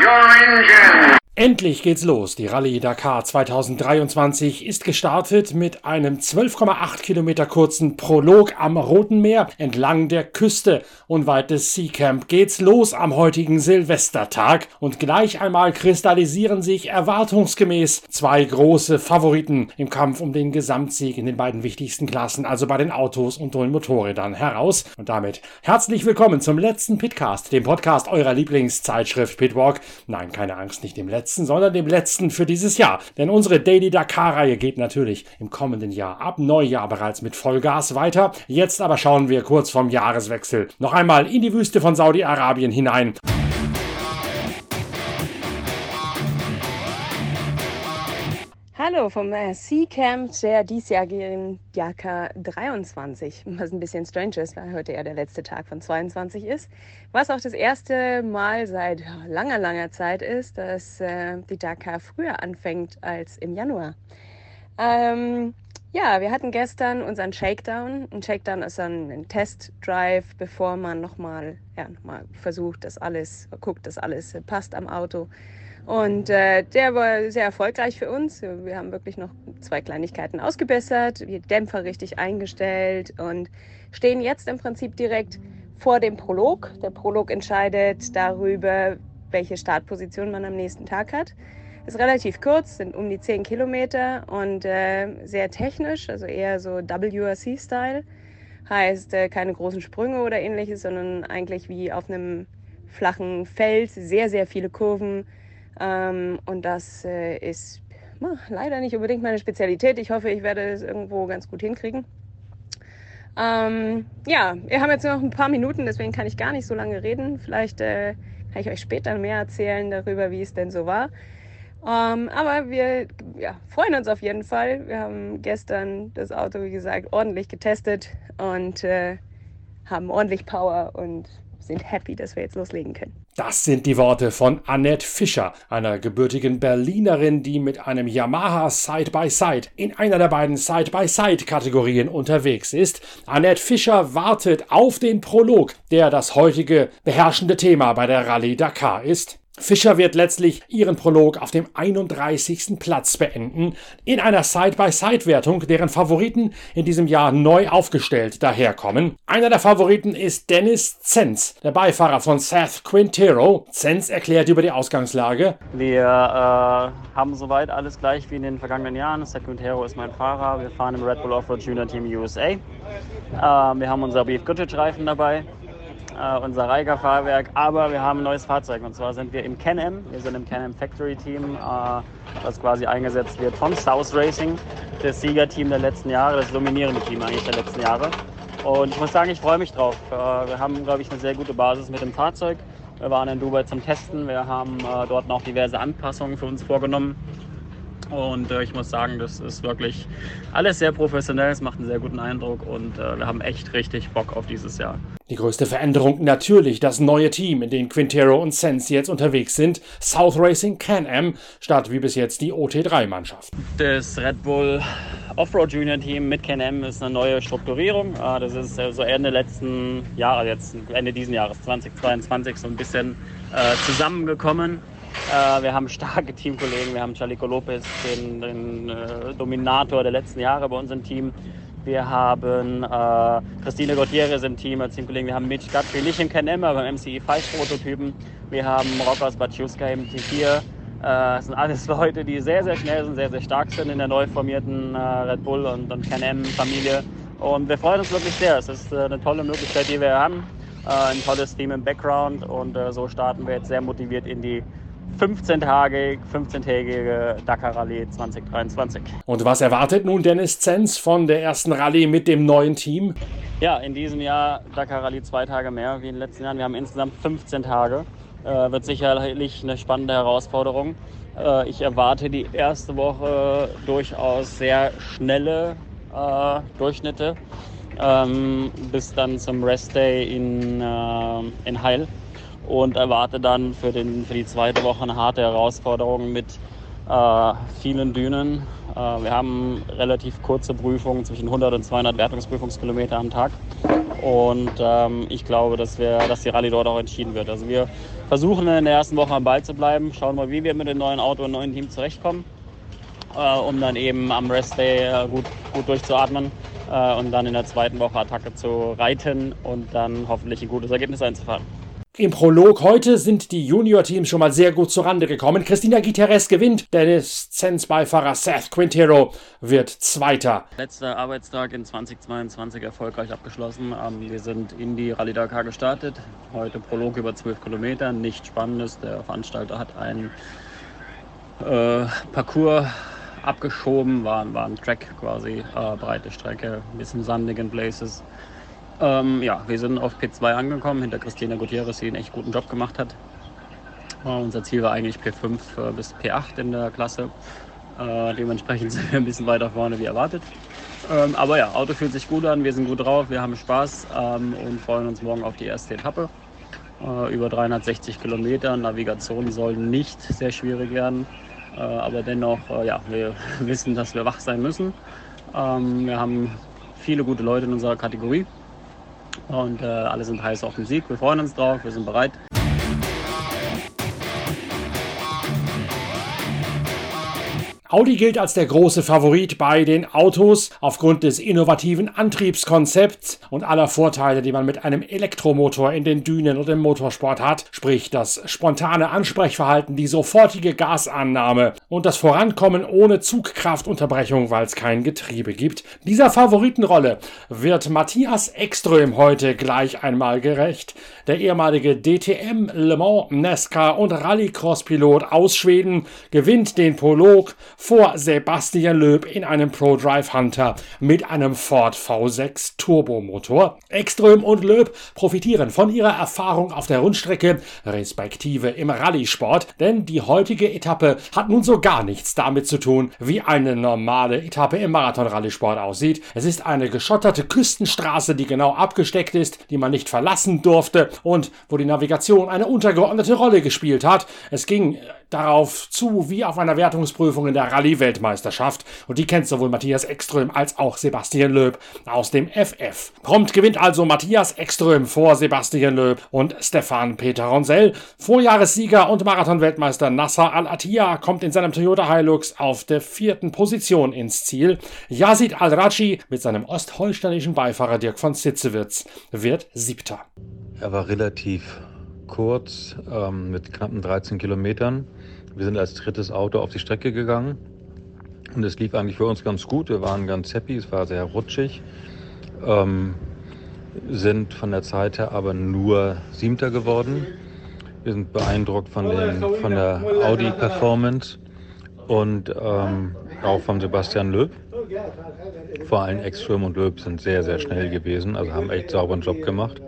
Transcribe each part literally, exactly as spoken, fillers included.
your engine! Endlich geht's los. Die Rallye Dakar zweitausenddreiundzwanzig ist gestartet mit einem zwölf Komma acht Kilometer kurzen Prolog am Roten Meer entlang der Küste. Unweit des Sea Camp geht's los am heutigen Silvestertag und gleich einmal kristallisieren sich erwartungsgemäß zwei große Favoriten im Kampf um den Gesamtsieg in den beiden wichtigsten Klassen, also bei den Autos und den Motorrädern, heraus. Und damit herzlich willkommen zum letzten Pitcast, dem Podcast eurer Lieblingszeitschrift Pitwalk. Nein, keine Angst, nicht dem letzten, sondern dem letzten für dieses Jahr. Denn unsere Daily Dakar-Reihe geht natürlich im kommenden Jahr ab Neujahr bereits mit Vollgas weiter. Jetzt aber schauen wir kurz vorm Jahreswechsel noch einmal in die Wüste von Saudi-Arabien hinein. Hallo vom äh, Sea Camp der diesjährigen Dakar dreiundzwanzig, was ein bisschen strange ist, weil heute ja der letzte Tag von zweiundzwanzig ist. Was auch das erste Mal seit langer, langer Zeit ist, dass äh, die Dakar früher anfängt als im Januar. Ähm, ja, wir hatten gestern unseren Shakedown. Ein Shakedown ist dann ein Testdrive, bevor man nochmal ja, noch mal versucht, dass alles, guckt, dass alles passt am Auto. Und äh, der war sehr erfolgreich für uns. Wir haben wirklich noch zwei Kleinigkeiten ausgebessert, die Dämpfer richtig eingestellt und stehen jetzt im Prinzip direkt vor dem Prolog. Der Prolog entscheidet darüber, welche Startposition man am nächsten Tag hat. Ist relativ kurz, sind um die zehn Kilometer und äh, sehr technisch, also eher so W R C-Style. Heißt äh, keine großen Sprünge oder ähnliches, sondern eigentlich wie auf einem flachen Feld, sehr, sehr viele Kurven. Ähm, und das äh, ist na, leider nicht unbedingt meine Spezialität. Ich hoffe, ich werde es irgendwo ganz gut hinkriegen. Ähm, ja, wir haben jetzt noch ein paar Minuten, deswegen kann ich gar nicht so lange reden. Vielleicht äh, kann ich euch später mehr erzählen darüber, wie es denn so war. Ähm, aber wir ja, freuen uns auf jeden Fall. Wir haben gestern das Auto, wie gesagt, ordentlich getestet und äh, haben ordentlich Power und sind happy, dass wir jetzt loslegen können. Das sind die Worte von Annette Fischer, einer gebürtigen Berlinerin, die mit einem Yamaha Side-by-Side in einer der beiden Side-by-Side-Kategorien unterwegs ist. Annette Fischer wartet auf den Prolog, der das heutige beherrschende Thema bei der Rallye Dakar ist. Fischer wird letztlich ihren Prolog auf dem einunddreißigsten Platz beenden, in einer Side-by-Side-Wertung, deren Favoriten in diesem Jahr neu aufgestellt daherkommen. Einer der Favoriten ist Dennis Zenz, der Beifahrer von Seth Quintero. Zenz erklärt über die Ausgangslage. Wir äh, haben soweit alles gleich wie in den vergangenen Jahren. Seth Quintero ist mein Fahrer. Wir fahren im Red Bull Offroad Junior Team U S A. Äh, wir haben unser Beef Goodrich Reifen dabei. Uh, unser Reiger-Fahrwerk, aber wir haben ein neues Fahrzeug und zwar sind wir im Can-Am. Wir sind im Can-Am Factory Team, uh, das quasi eingesetzt wird von South Racing, das Siegerteam der letzten Jahre, das dominierende Team eigentlich der letzten Jahre. Und ich muss sagen, ich freue mich drauf. Uh, wir haben, glaube ich, eine sehr gute Basis mit dem Fahrzeug. Wir waren in Dubai zum Testen, wir haben uh, dort noch diverse Anpassungen für uns vorgenommen. Und äh, ich muss sagen, das ist wirklich alles sehr professionell, es macht einen sehr guten Eindruck und äh, wir haben echt richtig Bock auf dieses Jahr. Die größte Veränderung natürlich das neue Team, in dem Quintero und Zenz jetzt unterwegs sind. South Racing Can-Am statt wie bis jetzt die O T drei Mannschaft. Das Red Bull Offroad Junior Team mit Can-Am ist eine neue Strukturierung. Das ist so Ende letzten Jahres, jetzt Ende diesen Jahres zweitausendzweiundzwanzig so ein bisschen äh, zusammengekommen. Äh, wir haben starke Teamkollegen, wir haben Chaleco Lopez, den, den äh, Dominator der letzten Jahre bei uns im Team. Wir haben äh, Christine Gutierrez im Team als Teamkollegen, wir haben Mitch Guthrie, nicht im Can-Am, aber im M C E fünf Prototypen. Wir haben Rokas Baciuska im T vier. Äh, das sind alles Leute, die sehr, sehr schnell sind, sehr, sehr stark sind in der neu formierten äh, Red Bull und, und Can-Am-Familie. Und wir freuen uns wirklich sehr. Es ist äh, eine tolle Möglichkeit, die wir haben. Äh, ein tolles Team im Background und äh, so starten wir jetzt sehr motiviert in die fünfzehntägige Dakar Rallye zweitausenddreiundzwanzig. Und was erwartet nun Dennis Zenz von der ersten Rallye mit dem neuen Team? Ja, in diesem Jahr Dakar Rallye zwei Tage mehr wie in den letzten Jahren. Wir haben insgesamt fünfzehn Tage. Äh, wird sicherlich eine spannende Herausforderung. Äh, ich erwarte die erste Woche durchaus sehr schnelle äh, Durchschnitte ähm, bis dann zum Rest Day in, äh, in Heil. Und erwarte dann für, den, für die zweite Woche eine harte Herausforderung mit äh, vielen Dünen. Äh, wir haben relativ kurze Prüfungen, zwischen hundert und zweihundert Wertungsprüfungskilometer am Tag. Und ähm, ich glaube, dass, wir, dass die Rallye dort auch entschieden wird. Also wir versuchen in der ersten Woche am Ball zu bleiben, schauen mal, wie wir mit dem neuen Auto und neuen Team zurechtkommen, äh, um dann eben am Rest-Day äh, gut, gut durchzuatmen äh, und dann in der zweiten Woche Attacke zu reiten und dann hoffentlich ein gutes Ergebnis einzufahren. Im Prolog heute sind die Junior-Teams schon mal sehr gut zurande gekommen. Cristina Guiterres gewinnt, Dennis Zenz-Beifahrer Seth Quintero wird Zweiter. Letzter Arbeitstag in zweitausendzweiundzwanzig erfolgreich abgeschlossen. Wir sind in die Rallye Dakar gestartet. Heute Prolog über zwölf Kilometer, nichts Spannendes. Der Veranstalter hat einen äh, Parcours abgeschoben, war, war ein Track quasi, äh, breite Strecke, ein bisschen sandig in Places. Ähm, ja, wir sind auf P zwei angekommen, hinter Cristina Guiterres, die einen echt guten Job gemacht hat. Äh, unser Ziel war eigentlich P fünf äh, bis P acht in der Klasse. Äh, dementsprechend sind wir ein bisschen weiter vorne wie erwartet. Ähm, aber ja, Auto fühlt sich gut an, wir sind gut drauf, wir haben Spaß ähm, und freuen uns morgen auf die erste Etappe. Äh, über dreihundertsechzig Kilometer, Navigation soll nicht sehr schwierig werden. Äh, aber dennoch, äh, ja, wir wissen, dass wir wach sein müssen. Ähm, wir haben viele gute Leute in unserer Kategorie. Und äh, alle sind heiß auf den Sieg. Wir freuen uns drauf, wir sind bereit. Audi gilt als der große Favorit bei den Autos aufgrund des innovativen Antriebskonzepts und aller Vorteile, die man mit einem Elektromotor in den Dünen und im Motorsport hat, sprich das spontane Ansprechverhalten, die sofortige Gasannahme und das Vorankommen ohne Zugkraftunterbrechung, weil es kein Getriebe gibt. Dieser Favoritenrolle wird Mattias Ekström heute gleich einmal gerecht. Der ehemalige D T M, Le Mans, NASCAR und Rallycross-Pilot aus Schweden gewinnt den Prolog vor Sebastian Loeb in einem ProDrive Hunter mit einem Ford V sechs Turbomotor. Ekström und Loeb profitieren von ihrer Erfahrung auf der Rundstrecke, respektive im Rallye-Sport, denn die heutige Etappe hat nun so gar nichts damit zu tun, wie eine normale Etappe im Marathon-Rallye-Sport aussieht. Es ist eine geschotterte Küstenstraße, die genau abgesteckt ist, die man nicht verlassen durfte und wo die Navigation eine untergeordnete Rolle gespielt hat. Es ging darauf zu wie auf einer Wertungsprüfung in der Rallye-Weltmeisterschaft und die kennt sowohl Mattias Ekström als auch Sebastian Loeb aus dem F F. Prompt gewinnt also Mattias Ekström vor Sebastian Loeb und Stefan Peter Ronsell. Vorjahressieger und Marathon-Weltmeister Nasser Al-Attiyah kommt in seinem Toyota Hilux auf der vierten Position ins Ziel. Yazid Al-Raji mit seinem ostholsteinischen Beifahrer Dirk von Sitzewitz wird Siebter. Er war relativ kurz, ähm, mit knappen dreizehn Kilometern. Wir sind als drittes Auto auf die Strecke gegangen und es lief eigentlich für uns ganz gut. Wir waren ganz happy, es war sehr rutschig, ähm, sind von der Zeit her aber nur Siebter geworden. Wir sind beeindruckt von, den, von der Audi-Performance und ähm, auch von Sebastian Loeb. Vor allem Ekström und Loeb sind sehr, sehr schnell gewesen, also haben echt sauberen Job gemacht.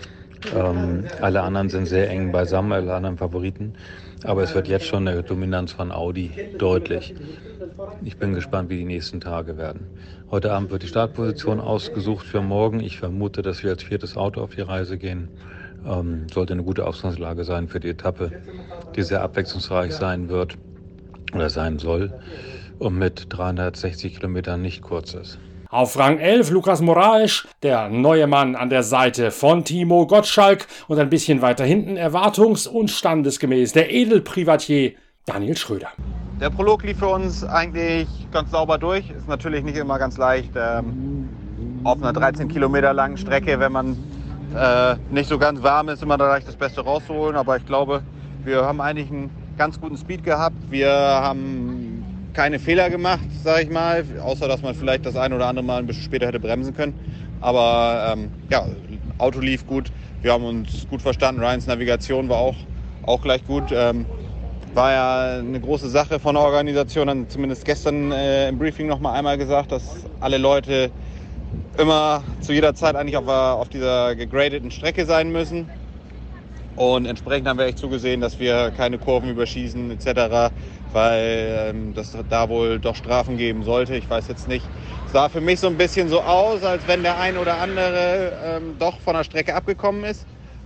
Ähm, alle anderen sind sehr eng beisammen, alle anderen Favoriten. Aber es wird jetzt schon eine Dominanz von Audi deutlich. Ich bin gespannt, wie die nächsten Tage werden. Heute Abend wird die Startposition ausgesucht für morgen. Ich vermute, dass wir als viertes Auto auf die Reise gehen. Ähm, sollte eine gute Ausgangslage sein für die Etappe, die sehr abwechslungsreich sein wird oder sein soll und mit dreihundertsechzig Kilometern nicht kurz ist. Auf Rang elf Lukas Moraes, der neue Mann an der Seite von Timo Gottschalk und ein bisschen weiter hinten erwartungs- und standesgemäß der Edelprivatier Daniel Schröder. Der Prolog lief für uns eigentlich ganz sauber durch. Ist natürlich nicht immer ganz leicht ähm, auf einer dreizehn Kilometer langen Strecke, wenn man äh, nicht so ganz warm ist, immer da leicht das Beste rauszuholen. Aber ich glaube, wir haben eigentlich einen ganz guten Speed gehabt. Wir haben keine Fehler gemacht, sage ich mal, außer dass man vielleicht das ein oder andere Mal ein bisschen später hätte bremsen können. Aber ähm, ja, Auto lief gut, wir haben uns gut verstanden, Ryans Navigation war auch, auch gleich gut. Ähm, war ja eine große Sache von der Organisation, dann zumindest gestern äh, im Briefing noch mal einmal gesagt, dass alle Leute immer zu jeder Zeit eigentlich auf, auf dieser gegradeten Strecke sein müssen. Und entsprechend haben wir echt zugesehen, dass wir keine Kurven überschießen et cetera, weil ähm, das da wohl doch Strafen geben sollte. Ich weiß jetzt nicht. Es sah für mich so ein bisschen so aus, als wenn der ein oder andere ähm, doch von der Strecke abgekommen ist.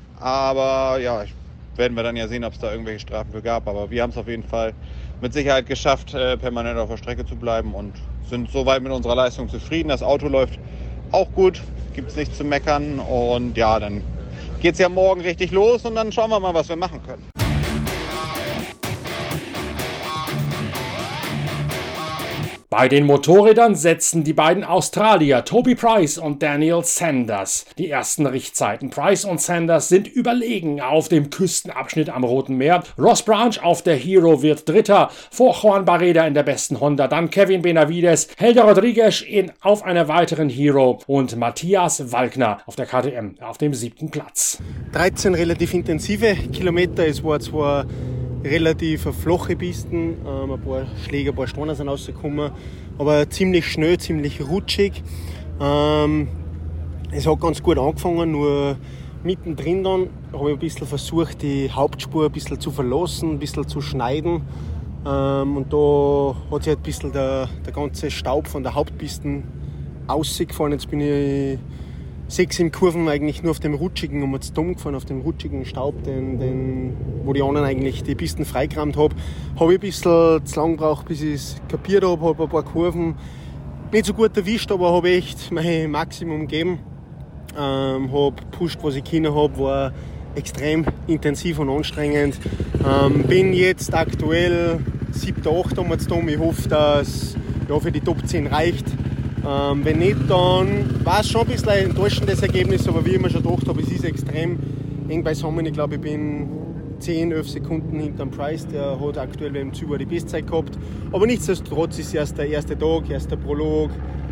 Aber ja, werden wir dann ja sehen, ob es da irgendwelche Strafen für gab. Aber wir haben es auf jeden Fall mit Sicherheit geschafft, äh, permanent auf der Strecke zu bleiben und sind soweit mit unserer Leistung zufrieden. Das Auto läuft auch gut. gibt es nichts zu meckern. Und ja, dann geht es ja morgen richtig los und dann schauen wir mal, was wir machen können. Bei den Motorrädern setzten die beiden Australier Toby Price und Daniel Sanders die ersten Richtzeiten. Price und Sanders sind überlegen auf dem Küstenabschnitt am Roten Meer. Ross Branch auf der Hero wird Dritter, vor Juan Barreda in der besten Honda, dann Kevin Benavides, Helder Rodriguez in, auf einer weiteren Hero und Matthias Walkner auf der K T M auf dem siebten Platz. dreizehn relativ intensive Kilometer, es war zwar relativ flache Pisten, ähm, ein paar Schläge, ein paar Steine sind rausgekommen, aber ziemlich schnell, ziemlich rutschig. Ähm, es hat ganz gut angefangen, nur mittendrin dann habe ich ein bisschen versucht, die Hauptspur ein bisschen zu verlassen, ein bisschen zu schneiden. Ähm, und da hat sich halt ein bisschen der, der ganze Staub von der Hauptpisten ausgefahren. Jetzt bin ich sechs in Kurven eigentlich nur auf dem rutschigen, um jetzt dumm gefahren, auf dem rutschigen Staub, den, den, wo die anderen eigentlich die Pisten freigerammt haben. Habe ich ein bisschen zu lang gebraucht, bis ich es kapiert habe, habe ein paar Kurven nicht so gut erwischt, aber habe echt mein Maximum gegeben. Ähm, habe gepusht, was ich können habe, war extrem intensiv und anstrengend. Ähm, bin jetzt aktuell siebter, achter um jetzt dumm. Ich hoffe, dass ja, für die Top zehn reicht. Ähm, wenn nicht, dann war es schon ein bisschen ein enttäuschendes Ergebnis, aber wie ich mir schon gedacht habe, es ist extrem eng beisammen. Ich glaube, ich bin zehn, elf Sekunden hinterm Price, der hat aktuell beim Zyber die Bestzeit gehabt. Aber nichtsdestotrotz ist es erst der erste Tag, erst der Prolog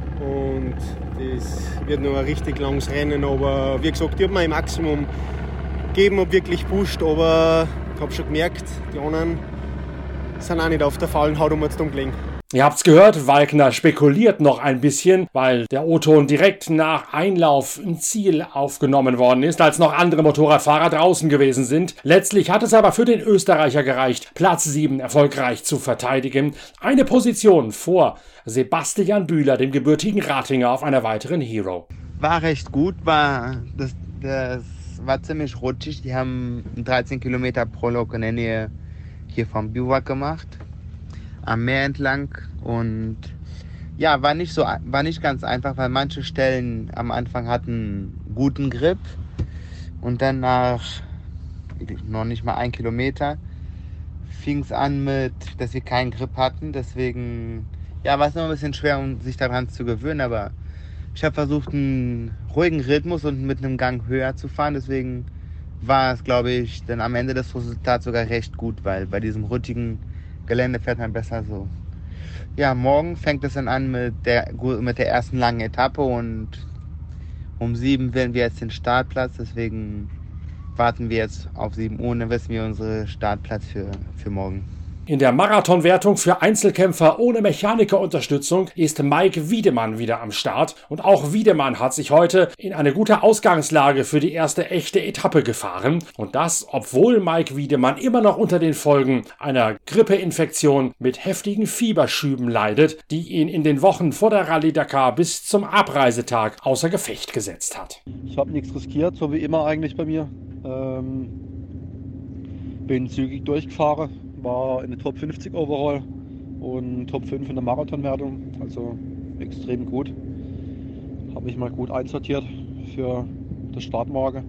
und das wird noch ein richtig langes Rennen. Aber wie gesagt, ich habe mein Maximum gegeben, habe wirklich gepusht, aber ich habe schon gemerkt, die anderen sind auch nicht auf der faulen Haut, um jetzt umgelegen. Ihr habt's gehört, Walkner spekuliert noch ein bisschen, weil der O-Ton direkt nach Einlauf im Ziel aufgenommen worden ist, als noch andere Motorradfahrer draußen gewesen sind. Letztlich hat es aber für den Österreicher gereicht, Platz sieben erfolgreich zu verteidigen. Eine Position vor Sebastian Bühler, dem gebürtigen Ratinger, auf einer weiteren Hero. War recht gut, war das, das war ziemlich rutschig. Die haben einen dreizehn Kilometer Prolog in der Nähe hier vom Biwak gemacht, am Meer entlang, und ja, war nicht so, war nicht ganz einfach, weil manche Stellen am Anfang hatten guten Grip und dann nach noch nicht mal ein Kilometer fing es an mit, dass wir keinen Grip hatten. Deswegen ja, war es noch ein bisschen schwer, um sich daran zu gewöhnen, aber ich habe versucht, einen ruhigen Rhythmus und mit einem Gang höher zu fahren. Deswegen war es, glaube ich, dann am Ende des Resultats sogar recht gut, weil bei diesem rutschigen Gelände fährt man besser so. Ja, morgen fängt es dann an mit der, mit der ersten langen Etappe und um sieben wählen wir jetzt den Startplatz. Deswegen warten wir jetzt auf sieben Uhr und dann wissen wir unseren Startplatz für, für morgen. In der Marathonwertung für Einzelkämpfer ohne Mechanikerunterstützung ist Mike Wiedemann wieder am Start. Und auch Wiedemann hat sich heute in eine gute Ausgangslage für die erste echte Etappe gefahren. Und das, obwohl Mike Wiedemann immer noch unter den Folgen einer Grippeinfektion mit heftigen Fieberschüben leidet, die ihn in den Wochen vor der Rallye Dakar bis zum Abreisetag außer Gefecht gesetzt hat. Ich habe nichts riskiert, so wie immer eigentlich bei mir. Ähm, bin zügig durchgefahren. War in der Top fünfzig Overall und Top fünf in der Marathonwertung, also extrem gut. Habe mich mal gut einsortiert für das Startmarke.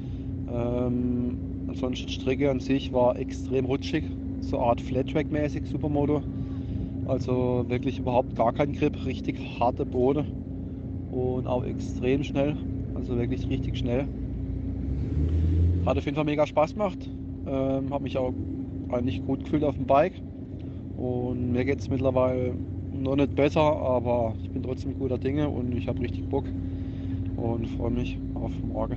Ähm, ansonsten Strecke an sich war extrem rutschig, so eine Art Flat-Track-mäßig, Supermoto. Also wirklich überhaupt gar kein Grip, richtig harte Boden und auch extrem schnell, also wirklich richtig schnell. Hat auf jeden Fall mega Spaß gemacht, ähm, habe mich auch eigentlich gut gefühlt auf dem Bike und mir geht es mittlerweile noch nicht besser, aber ich bin trotzdem guter Dinge und ich habe richtig Bock und freue mich auf morgen.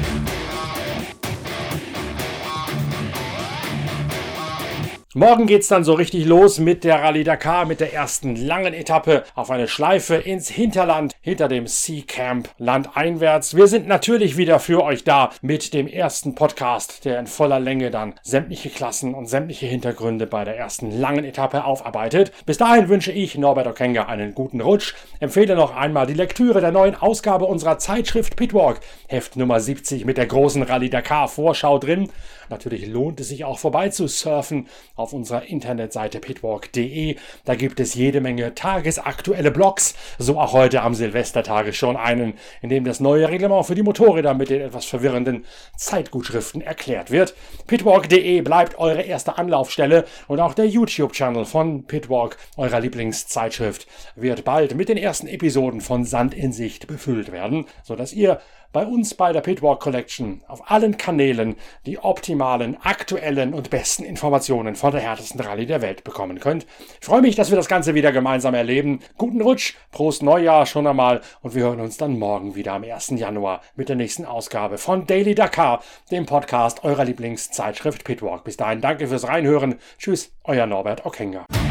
Morgen geht's dann so richtig los mit der Rallye Dakar, mit der ersten langen Etappe auf eine Schleife ins Hinterland hinter dem Sea Camp landeinwärts. Wir sind natürlich wieder für euch da mit dem ersten Podcast, der in voller Länge dann sämtliche Klassen und sämtliche Hintergründe bei der ersten langen Etappe aufarbeitet. Bis dahin wünsche ich Norbert Okenga einen guten Rutsch, empfehle noch einmal die Lektüre der neuen Ausgabe unserer Zeitschrift Pitwalk, Heft Nummer siebzig mit der großen Rallye Dakar Vorschau drin. Natürlich lohnt es sich auch vorbei zu surfen auf auf unserer Internetseite pitwalk punkt de. Da gibt es jede Menge tagesaktuelle Blogs, so auch heute am Silvestertage schon einen, in dem das neue Reglement für die Motorräder mit den etwas verwirrenden Zeitgutschriften erklärt wird. pitwalk punkt de bleibt eure erste Anlaufstelle und auch der YouTube-Channel von Pitwalk, eurer Lieblingszeitschrift, wird bald mit den ersten Episoden von Sand in Sicht befüllt werden, sodass ihr bei uns bei der Pitwalk Collection auf allen Kanälen die optimalen, aktuellen und besten Informationen von der härtesten Rallye der Welt bekommen könnt. Ich freue mich, dass wir das Ganze wieder gemeinsam erleben. Guten Rutsch, Prost Neujahr schon einmal und wir hören uns dann morgen wieder am ersten Januar mit der nächsten Ausgabe von Daily Dakar, dem Podcast eurer Lieblingszeitschrift Pitwalk. Bis dahin danke fürs Reinhören. Tschüss, euer Norbert Ockenger.